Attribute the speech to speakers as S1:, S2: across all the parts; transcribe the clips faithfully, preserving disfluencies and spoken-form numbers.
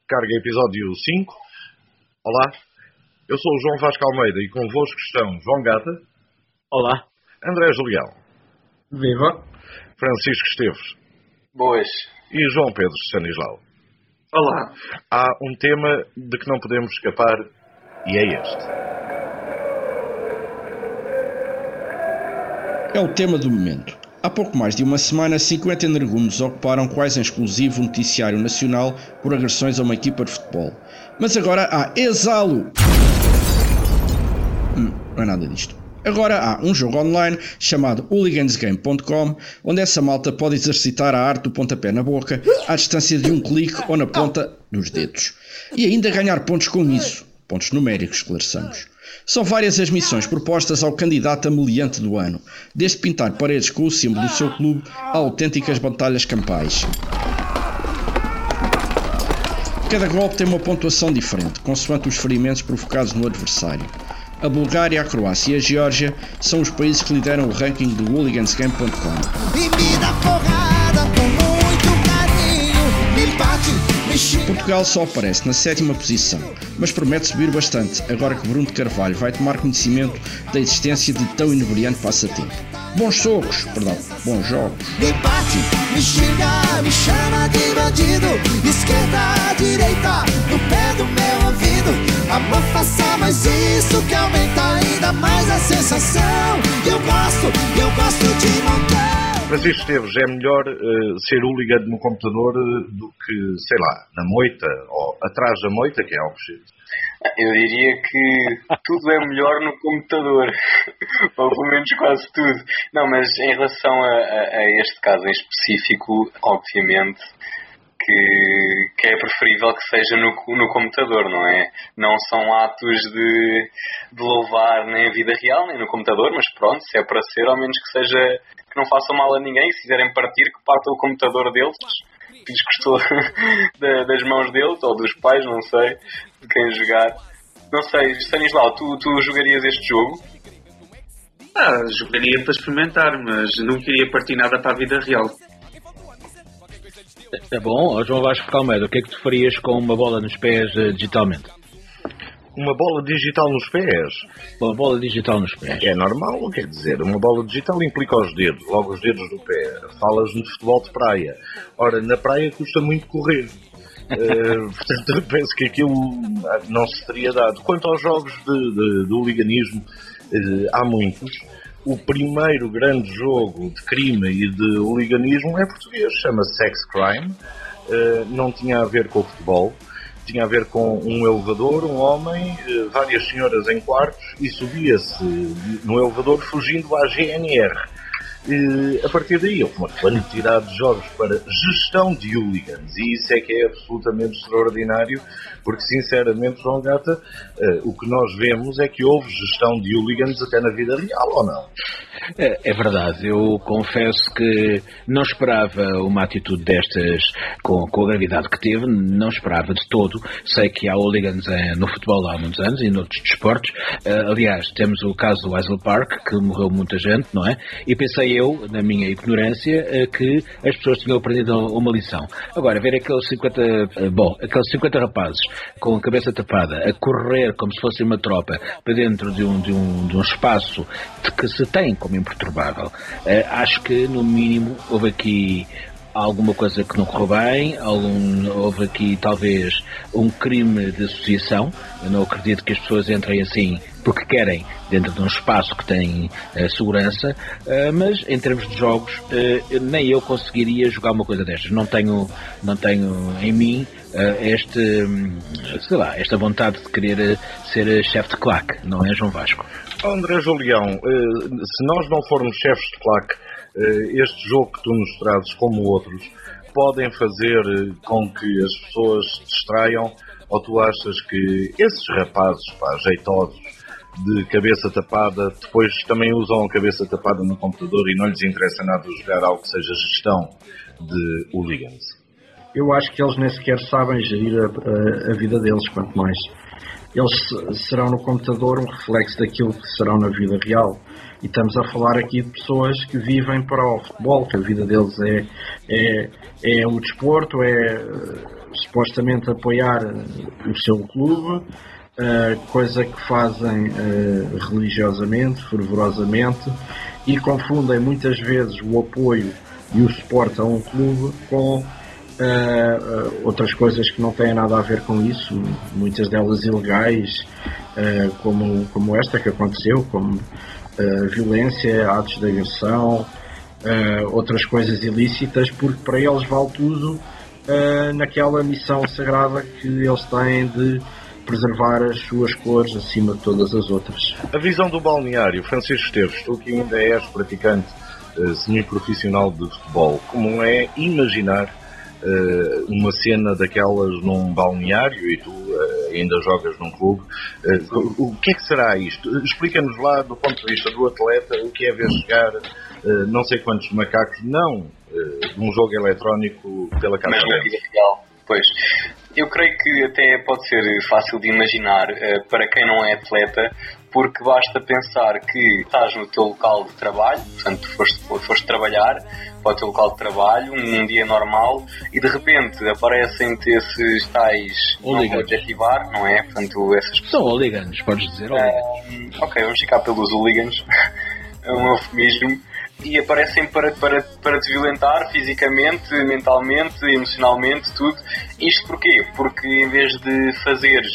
S1: Carga episódio cinco. Olá, eu sou o João Vasco Almeida e convosco estão João Gata.
S2: Olá.
S1: André Julião.
S3: Viva.
S1: Francisco Esteves.
S4: Boas.
S1: E João Pedro Stanislau.
S3: Olá.
S1: Há um tema de que não podemos escapar e é este.
S5: É o tema do momento. Há pouco mais de uma semana, cinquenta energúmenos ocuparam quase em exclusivo noticiário nacional por agressões a uma equipa de futebol. Mas agora há exalo! Hum, não é nada disto. Agora há um jogo online chamado hooligans game ponto com, onde essa malta pode exercitar a arte do pontapé na boca à distância de um clique ou na ponta dos dedos. E ainda ganhar pontos com isso. Pontos numéricos, esclareçamos. São várias as missões propostas ao candidato a meliante do ano, desde pintar paredes com o símbolo do seu clube a autênticas batalhas campais. Cada golpe tem uma pontuação diferente, consoante os ferimentos provocados no adversário. A Bulgária, a Croácia e a Geórgia são os países que lideram o ranking do hooligans game ponto com. Portugal só aparece na sétima posição, mas promete subir bastante, agora que Bruno de Carvalho vai tomar conhecimento da existência de tão inebriante passatempo. Bons socos, perdão, bons jogos.
S6: Me bate, me xinga, me chama de bandido. Esquerda, direita, no pé do meu ouvido. Amor, faça mais isso que aumenta ainda mais a sensação. Eu gosto, eu gosto de montar.
S1: Francisco Esteves, é melhor uh, ser hooligan no computador uh, do que, sei lá, na moita ou atrás da moita, que é algo X?
S4: Eu diria que tudo é melhor no computador, ou pelo menos quase tudo. Não, mas em relação a, a, a este caso em específico, obviamente que, que é preferível que seja no, no computador, não é? Não são atos de, de louvar nem a vida real, nem no computador, mas pronto, se é para ser, ao menos que seja, que não façam mal a ninguém. Se quiserem partir, que partam o computador deles, que lhes custou das mãos deles, ou dos pais, não sei, de quem jogar. Não sei, Stanislau, tu, tu jogarias este jogo?
S3: Ah, jogaria para experimentar, mas não queria partir nada para a vida real.
S2: É bom, João Vasco Almeida, o que é que tu farias com uma bola nos pés uh, digitalmente?
S1: Uma bola digital nos pés?
S2: Uma bola digital nos pés.
S1: É normal, quer dizer, uma bola digital implica os dedos, logo os dedos do pé. Falas no futebol de praia. Ora, na praia custa muito correr. Uh, portanto, eu penso que aquilo não se teria dado. Quanto aos jogos de, de, de hooliganismo, uh, há muitos. O primeiro grande jogo de crime e de hooliganismo é português, chama-se Sex Crime. Uh, não tinha a ver com o futebol, tinha a ver com um elevador, um homem, uh, várias senhoras em quartos, e subia-se no elevador fugindo à G N R. Uh, a partir daí houve uma quantidade de jogos para gestão de hooligans, e isso é que é absolutamente extraordinário, porque sinceramente, João Gata, uh, o que nós vemos é que houve gestão de hooligans até na vida real, ou não?
S2: É, é verdade, eu confesso que não esperava uma atitude destas com, com a gravidade que teve, não esperava de todo. Sei que há hooligans eh, no futebol há muitos anos e noutros desportos. Uh, aliás, temos o caso do Wesley Park, que morreu muita gente, não é? E pensei eu, na minha ignorância, uh, que as pessoas tinham aprendido uma lição. Agora, ver aqueles cinquenta, uh, bom, aqueles cinquenta rapazes com a cabeça tapada a correr como se fosse uma tropa para dentro de um, de um, de um espaço de que se tem como imperturbável. Uh, acho que, no mínimo, houve aqui alguma coisa que não correu bem, algum, houve aqui talvez um crime de associação. Eu não acredito que as pessoas entrem assim porque querem dentro de um espaço que tem uh, segurança, uh, mas em termos de jogos uh, nem eu conseguiria jogar uma coisa destas. Não tenho, não tenho em mim uh, este, um, sei lá, esta vontade de querer uh, ser chefe de claque, não é, João Vasco?
S1: André Julião, uh, se nós não formos chefes de claque, uh, este jogo que tu nos trazes, como outros, podem fazer uh, com que as pessoas se distraiam, ou tu achas que esses rapazes, pá, jeitosos, de cabeça tapada, depois também usam a cabeça tapada no computador e não lhes interessa nada jogar algo que seja gestão de hooligans?
S3: Eu acho que eles nem sequer sabem gerir a, a, a vida deles, quanto mais. Eles serão no computador um reflexo daquilo que serão na vida real. E estamos a falar aqui de pessoas que vivem para o futebol, que a vida deles é, é, é o desporto, é supostamente apoiar o seu clube, uh, coisa que fazem uh, religiosamente, fervorosamente, e confundem muitas vezes o apoio e o suporte a um clube com uh, uh, outras coisas que não têm nada a ver com isso, muitas delas ilegais, uh, como, como esta que aconteceu, como uh, violência, atos de agressão, uh, outras coisas ilícitas, porque para eles vale tudo uh, naquela missão sagrada que eles têm de preservar as suas cores acima de todas as outras.
S1: A visão do balneário, Francisco Esteves, tu que ainda és praticante uh, semi-profissional de futebol, como é imaginar uh, uma cena daquelas num balneário e tu uh, ainda jogas num clube, uh, o, o que é que será isto? Explica-nos lá, do ponto de vista do atleta, o que é ver chegar uh, não sei quantos macacos, não uh, um jogo eletrónico pela casa
S4: real. Pois, eu creio que até pode ser fácil de imaginar uh, para quem não é atleta, porque basta pensar que estás no teu local de trabalho, portanto foste, foste trabalhar para o teu local de trabalho, um, um dia normal, e de repente aparecem-te esses tais, não vou adjetivar, não é? Portanto, essas pessoas...
S2: São hooligans, podes dizer hooligans.
S4: Uh, ok, vamos ficar pelos hooligans, é um eufemismo. E aparecem para, para, para te violentar fisicamente, mentalmente, emocionalmente, tudo. Isto porquê? Porque em vez de fazeres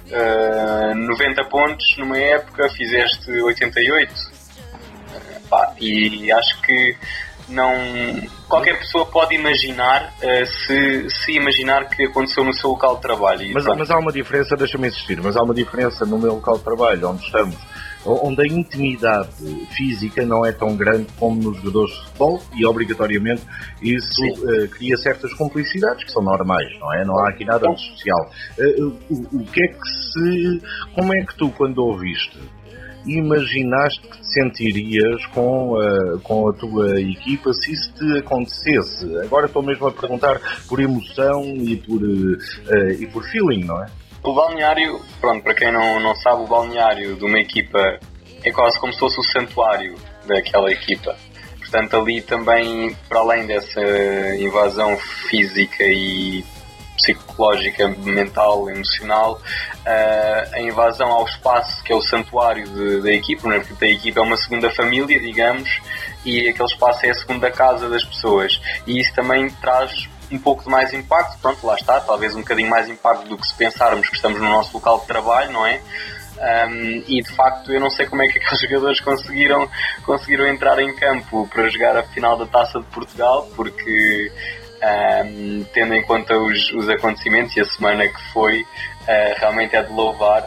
S4: uh, noventa pontos numa época, fizeste oitenta e oito. Uh, pá, e acho que não... Qualquer pessoa pode imaginar, uh, se, se imaginar que aconteceu no seu local de trabalho. E,
S1: mas, mas há uma diferença, deixa-me insistir, mas há uma diferença no meu local de trabalho, onde estamos, onde a intimidade física não é tão grande como nos jogadores de futebol e, obrigatoriamente, isso uh, cria certas complicidades que são normais, não é? Não há aqui nada de especial. Uh, o, o que é que se... Como é que tu, quando ouviste, imaginaste que te sentirias com, uh, com a tua equipa se isso te acontecesse? Agora estou mesmo a perguntar por emoção e por, uh, uh, e por feeling, não é?
S4: O balneário, pronto, para quem não, não sabe, o balneário de uma equipa é quase como se fosse o santuário daquela equipa. Portanto, ali também, para além dessa invasão física e psicológica, mental, emocional, a invasão ao espaço que é o santuário de, da equipa, né? Porque a equipa é uma segunda família, digamos, e aquele espaço é a segunda casa das pessoas. E isso também traz um pouco de mais impacto, pronto, lá está, talvez um bocadinho mais impacto do que se pensarmos que estamos no nosso local de trabalho, não é? Um, e de facto eu não sei como é que aqueles jogadores conseguiram, conseguiram entrar em campo para jogar a final da Taça de Portugal, porque um, tendo em conta os, os acontecimentos e a semana que foi, uh, realmente é de louvar.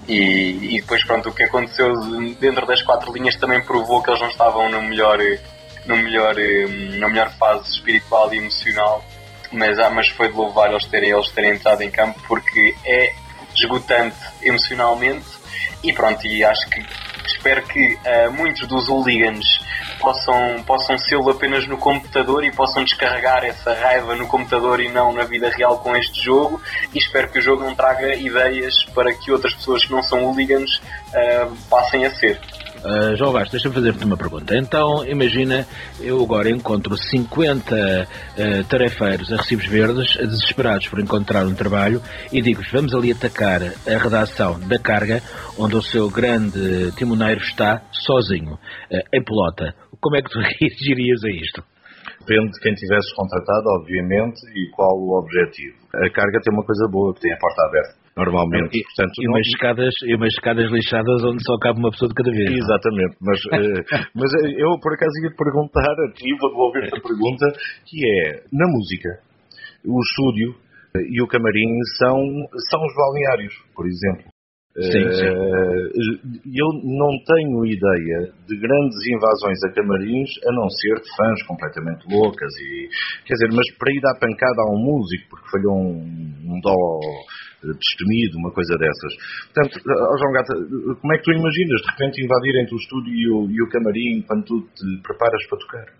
S4: E, e depois pronto, o que aconteceu dentro das quatro linhas também provou que eles não estavam no melhor, no melhor, na melhor fase espiritual e emocional. Mas, ah, mas foi de louvar eles terem, eles terem entrado em campo, porque é esgotante emocionalmente. E pronto, e acho que espero que uh, muitos dos hooligans possam, possam sê-lo apenas no computador e possam descarregar essa raiva no computador e não na vida real com este jogo. E espero que o jogo não traga ideias para que outras pessoas que não são hooligans uh, passem a ser.
S2: Uh, João Vasco, deixa-me fazer-te uma pergunta. Então, imagina, eu agora encontro cinquenta uh, tarefeiros a recibos verdes, desesperados por encontrar um trabalho, e digo-vos, vamos ali atacar a redação da Carga, onde o seu grande timoneiro está sozinho, uh, em pelota. Como é que tu reagirias a isto?
S1: Depende de quem tivesses contratado, obviamente, e qual o objetivo. A Carga tem uma coisa boa, que tem a porta aberta. Normalmente,
S2: e,
S1: portanto,
S2: e, umas não... escadas, e umas escadas lixadas onde só cabe uma pessoa de cada vez.
S1: Exatamente, mas, uh, mas eu por acaso ia te perguntar a ti, vou devolver-te a pergunta, que é, na música, o estúdio e o camarim são, são os balneários, por exemplo.
S2: Sim, sim.
S1: Uh, eu não tenho ideia de grandes invasões a camarins, a não ser de fãs completamente loucas, e, quer dizer, mas para ir dar pancada a um músico, porque falhou um, um dó destemido, uma coisa dessas. Portanto, oh João Gata, como é que tu imaginas de repente invadir entre o estúdio e o, e o camarim quando tu te preparas para tocar?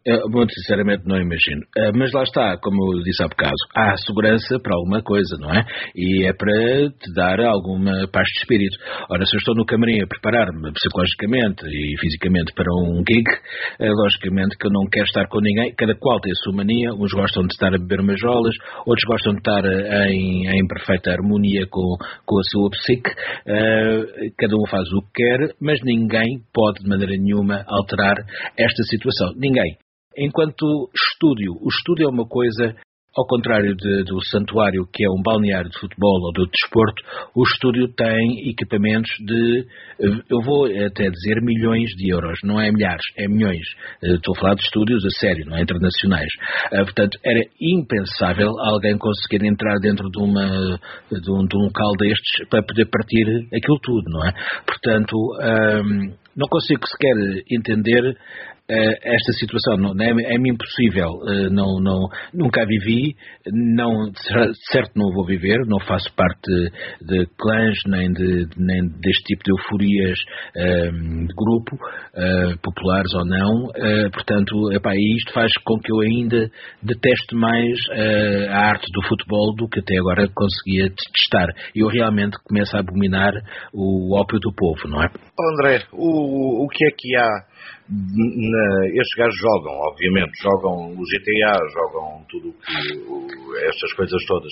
S2: Eu, muito sinceramente não imagino. Uh, mas lá está, como eu disse há bocado, há segurança para alguma coisa, não é? E é para te dar alguma paz de espírito. Ora, se eu estou no camarim a preparar-me psicologicamente e fisicamente para um gig, uh, logicamente que eu não quero estar com ninguém. Cada qual tem a sua mania. Uns gostam de estar a beber umas jolas, outros gostam de estar em, em perfeita harmonia com, com a sua psique. Uh, cada um faz o que quer, mas ninguém pode de maneira nenhuma alterar esta situação. Ninguém. Enquanto estúdio, o estúdio é uma coisa, ao contrário de, do santuário, que é um balneário de futebol ou de desporto, o estúdio tem equipamentos de, eu vou até dizer milhões de euros, não é milhares, é milhões. Estou a falar de estúdios a sério, não é internacionais. Portanto, era impensável alguém conseguir entrar dentro de, uma, de, um, de um local destes para poder partir aquilo tudo, não é? Portanto, hum, não consigo sequer entender Uh, esta situação. Não, é, é-me impossível, uh, não, não, nunca a vivi, não, certo não vou viver, não faço parte de, de clãs nem, de, nem deste tipo de euforias uh, de grupo, uh, populares ou não, uh, portanto, epá, isto faz com que eu ainda deteste mais uh, a arte do futebol do que até agora conseguia detestar. Eu realmente começo a abominar o ópio do povo, não é?
S1: André, o, o que é que há? Na, estes gajos jogam, obviamente, jogam o G T A, jogam tudo que, o, estas coisas todas.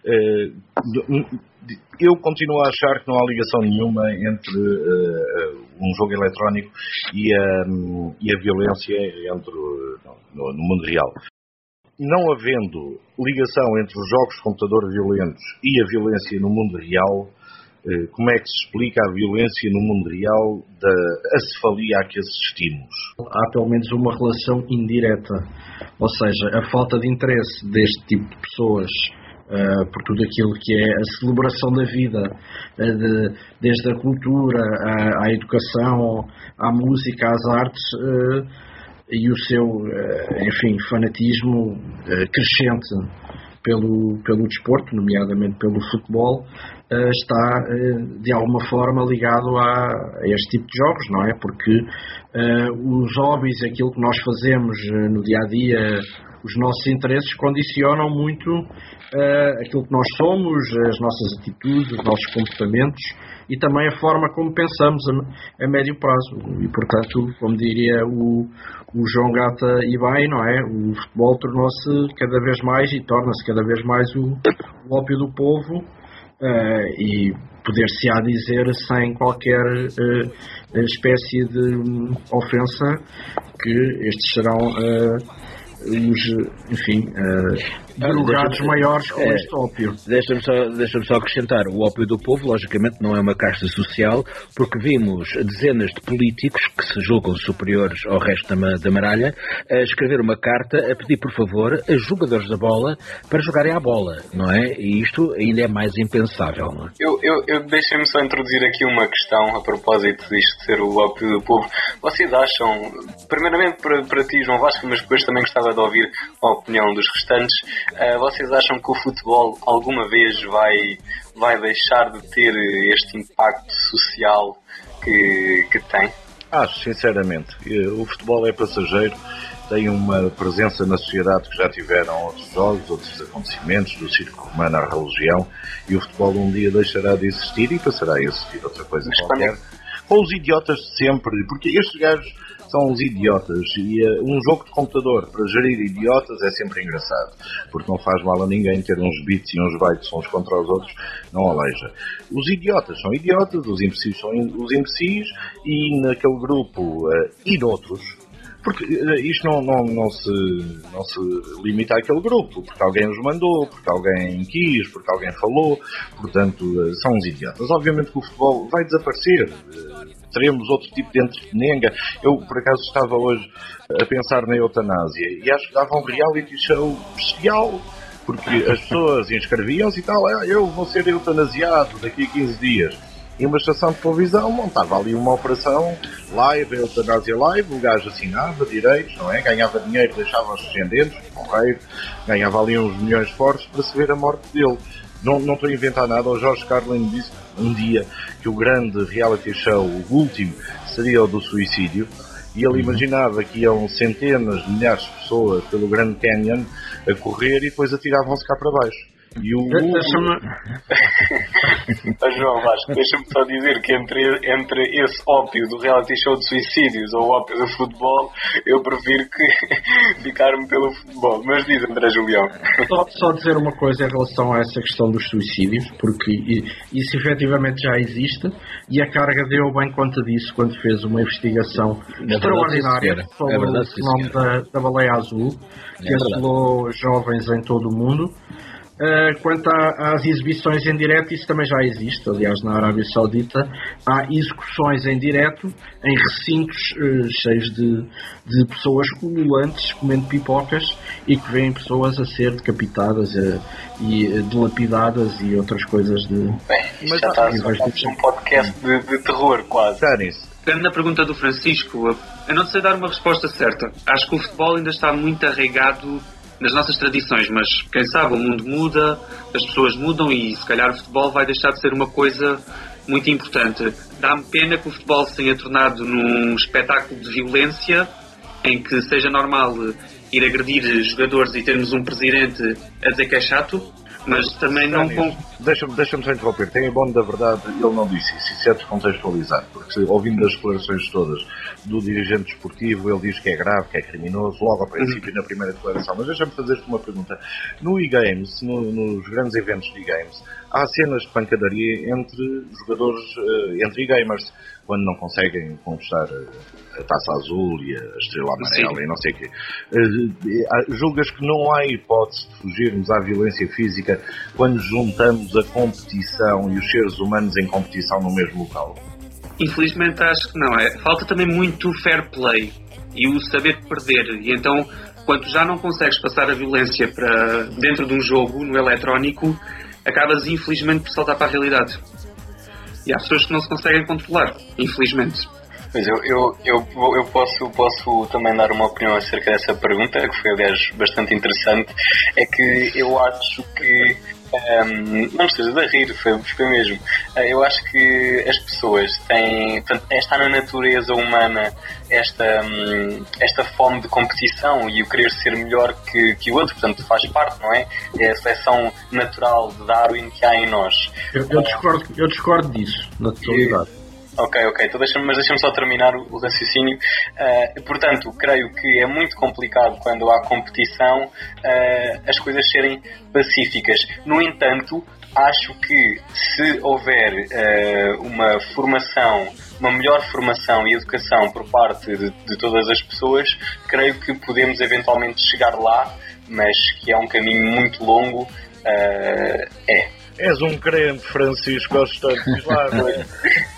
S1: Uh, eu continuo a achar que não há ligação nenhuma entre uh, um jogo eletrónico e a, e a violência entre, no, no mundo real. Não havendo ligação entre os jogos de computador violentos e a violência no mundo real, como é que se explica a violência no mundo real da acefalia a que assistimos?
S3: Há pelo menos uma relação indireta, ou seja, a falta de interesse deste tipo de pessoas uh, por tudo aquilo que é a celebração da vida, uh, de, desde a cultura, à, à educação, à música, às artes, uh, e o seu, uh, enfim, fanatismo uh, crescente pelo, pelo desporto, nomeadamente pelo futebol, Uh, está uh, de alguma forma ligado a, a este tipo de jogos, não é? Porque uh, os hobbies, aquilo que nós fazemos uh, no dia-a-dia, os nossos interesses condicionam muito uh, aquilo que nós somos, as nossas atitudes, os nossos comportamentos e também a forma como pensamos a, a médio prazo. E, portanto, como diria o, o João Gata e bem, não é? O futebol tornou-se cada vez mais e torna-se cada vez mais o, o ópio do povo. Uh, e poder-se-á dizer sem qualquer uh, espécie de um, ofensa que estes serão uh, os, enfim, uh, drogados maiores com é, este ópio.
S2: Deixa-me só, deixa-me só acrescentar, o ópio do povo, logicamente, não é uma casta social, porque vimos dezenas de políticos que se julgam superiores ao resto da, da maralha a escrever uma carta a pedir, por favor, a jogadores da bola para jogarem à bola, não é? E isto ainda é mais impensável, não é?
S4: Eu, eu, eu deixem-me só introduzir aqui uma questão a propósito disto de ser o ópio do povo. Vocês acham, primeiramente para, para ti, João Vasco, mas depois também gostava de ouvir a opinião dos restantes, uh, vocês acham que o futebol alguma vez vai, vai deixar de ter este impacto social que, que tem?
S1: Acho, sinceramente. O futebol é passageiro, tem uma presença na sociedade que já tiveram outros jogos, outros acontecimentos, do circo romano à religião, e o futebol um dia deixará de existir e passará a existir outra coisa mas qualquer. Quando... Com os idiotas de sempre, porque estes gajos são os idiotas, e uh, um jogo de computador para gerir idiotas é sempre engraçado, porque não faz mal a ninguém ter uns bits e uns bytes uns contra os outros, não aleija. Os idiotas são idiotas, os imbecis são os imbecis, e naquele grupo uh, e noutros, porque uh, isto não, não, não, se, não se limita àquele grupo, porque alguém os mandou, porque alguém quis, porque alguém falou, portanto uh, são os idiotas. Obviamente que o futebol vai desaparecer, uh, teremos outro tipo de entretenenga. Eu, por acaso, estava hoje a pensar na eutanásia e acho que dava um reality show especial, porque as pessoas inscreviam-se e tal, ah, eu vou ser eutanasiado daqui a quinze dias. E uma estação de televisão montava ali uma operação live, eutanásia live, o gajo assinava direitos, não é? Ganhava dinheiro, deixava os descendentes, correio, ganhava ali uns milhões fortes para se ver a morte dele. Não, não estou a inventar nada. O Jorge Carlin disse um dia que o grande reality show, o último, seria o do suicídio, E ele imaginava que iam centenas de milhares de pessoas pelo Grand Canyon a correr e depois atiravam-se cá para baixo. E o Hugo...
S4: oh, João Vasco, deixa-me só dizer que entre, entre esse ópio do reality show de suicídios ou o ópio do futebol, eu prefiro que ficar-me pelo futebol. Mas diz, André Julião.
S3: Só, só dizer uma coisa em relação a essa questão dos suicídios, porque isso efetivamente já existe e a Carga deu bem conta disso quando fez uma investigação é extraordinária verdade, sobre é verdade, o fenómeno da, da baleia azul, que é assolou jovens em todo o mundo. Uh, quanto a, às exibições em direto, isso também já existe. Aliás, na Arábia Saudita há execuções em direto em recintos uh, cheios de, de pessoas ululantes comendo pipocas e que veem pessoas a ser decapitadas uh, e uh, dilapidadas e outras coisas de...
S4: Bem, isto já está um podcast de, de terror quase.
S7: Pegando na pergunta do Francisco, eu não sei dar uma resposta certa. Acho que o futebol ainda está muito arraigado nas nossas tradições, mas quem sabe, o mundo muda, as pessoas mudam e se calhar o futebol vai deixar de ser uma coisa muito importante. Dá-me pena que o futebol se tenha tornado num espetáculo de violência em que seja normal ir agredir jogadores e termos um presidente a dizer que é chato, mas também não...
S1: Deixa-me deixa-me só interromper. Tem a bom da verdade, ele não disse isso. Isso é descontextualizar, porque ouvindo as declarações todas do dirigente desportivo, ele diz que é grave, que é criminoso, logo ao princípio, na primeira declaração. Mas deixa-me fazer-te uma pergunta. No e-games, no, nos grandes eventos de e-games, há cenas de pancadaria entre jogadores, entre e-gamers, quando não conseguem conquistar a taça azul e a estrela amarela Sim. e não sei o quê. Julgas que não há hipótese de fugirmos à violência física quando juntamos a competição e os seres humanos em competição no mesmo local?
S7: Infelizmente acho que não. É. Falta também muito fair play e o saber perder. E então, quando já não consegues passar a violência para dentro de um jogo, no eletrónico, acabas infelizmente por saltar para a realidade. E há pessoas que não se conseguem controlar, infelizmente.
S4: Pois eu, eu, eu, eu posso, posso também dar uma opinião acerca dessa pergunta, que foi, aliás, bastante interessante. É que eu acho que... Um, não estejas a rir, foi, foi mesmo. Uh, eu acho que as pessoas têm... Portanto, está na natureza humana esta, um, esta fome de competição e o querer ser melhor que, que o outro. Portanto, faz parte, não é? É a seleção natural de Darwin que há em nós.
S3: Eu, eu, discordo, eu discordo disso, na totalidade.
S4: Ok, ok, então deixa-me, mas deixa-me só terminar o, o raciocínio. Uh, portanto, creio que é muito complicado quando há competição uh, as coisas serem pacíficas. No entanto, acho que se houver uh, uma formação, uma melhor formação e educação por parte de, de todas as pessoas, creio que podemos eventualmente chegar lá, mas que é um caminho muito longo. Uh, é.
S1: És um crente, Francisco, gosto tanto de lá, não é?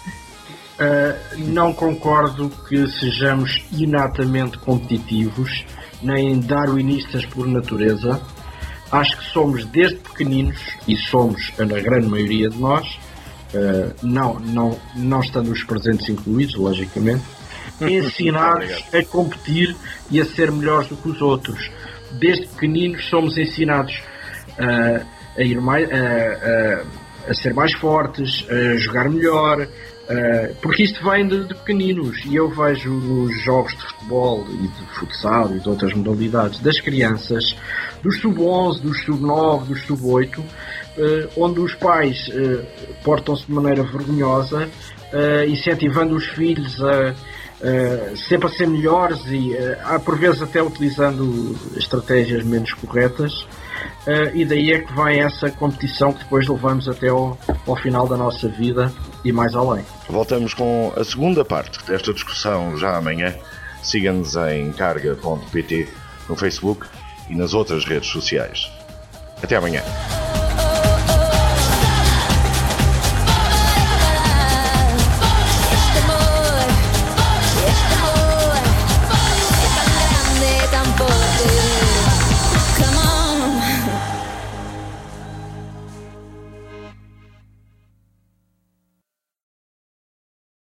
S3: Uh, não concordo que sejamos inatamente competitivos, nem darwinistas por natureza. Acho que somos desde pequeninos, e somos a grande maioria de nós, uh, não, não, não estando os presentes incluídos, logicamente, ensinados a competir e a ser melhores do que os outros. Desde pequeninos somos ensinados uh, a, ir mais, uh, uh, a ser mais fortes, a jogar melhor. Uh, porque isto vem de, de pequeninos e eu vejo nos jogos de futebol e de futsal e de outras modalidades das crianças, dos sub onze, dos sub nove, dos sub oito, uh, onde os pais uh, portam-se de maneira vergonhosa, uh, incentivando os filhos a uh, sempre a ser melhores e uh, por vezes até utilizando estratégias menos corretas. Uh, e daí é que vem essa competição que depois levamos até ao, ao final da nossa vida e mais além.
S1: Voltamos com a segunda parte desta discussão já amanhã. Siga-nos em carga ponto pt no Facebook e nas outras redes sociais. Até amanhã.